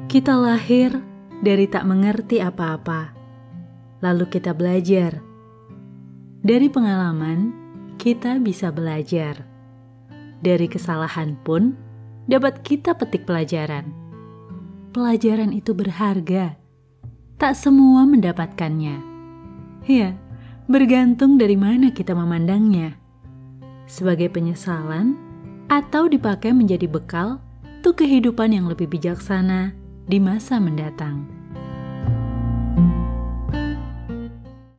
Kita lahir dari tak mengerti apa-apa, lalu kita belajar. Dari pengalaman, kita bisa belajar. Dari kesalahan pun, dapat kita petik pelajaran. Pelajaran itu berharga. Tak semua mendapatkannya. Ya, bergantung dari mana kita memandangnya. Sebagai penyesalan, atau dipakai menjadi bekal untuk kehidupan yang lebih bijaksana di masa mendatang.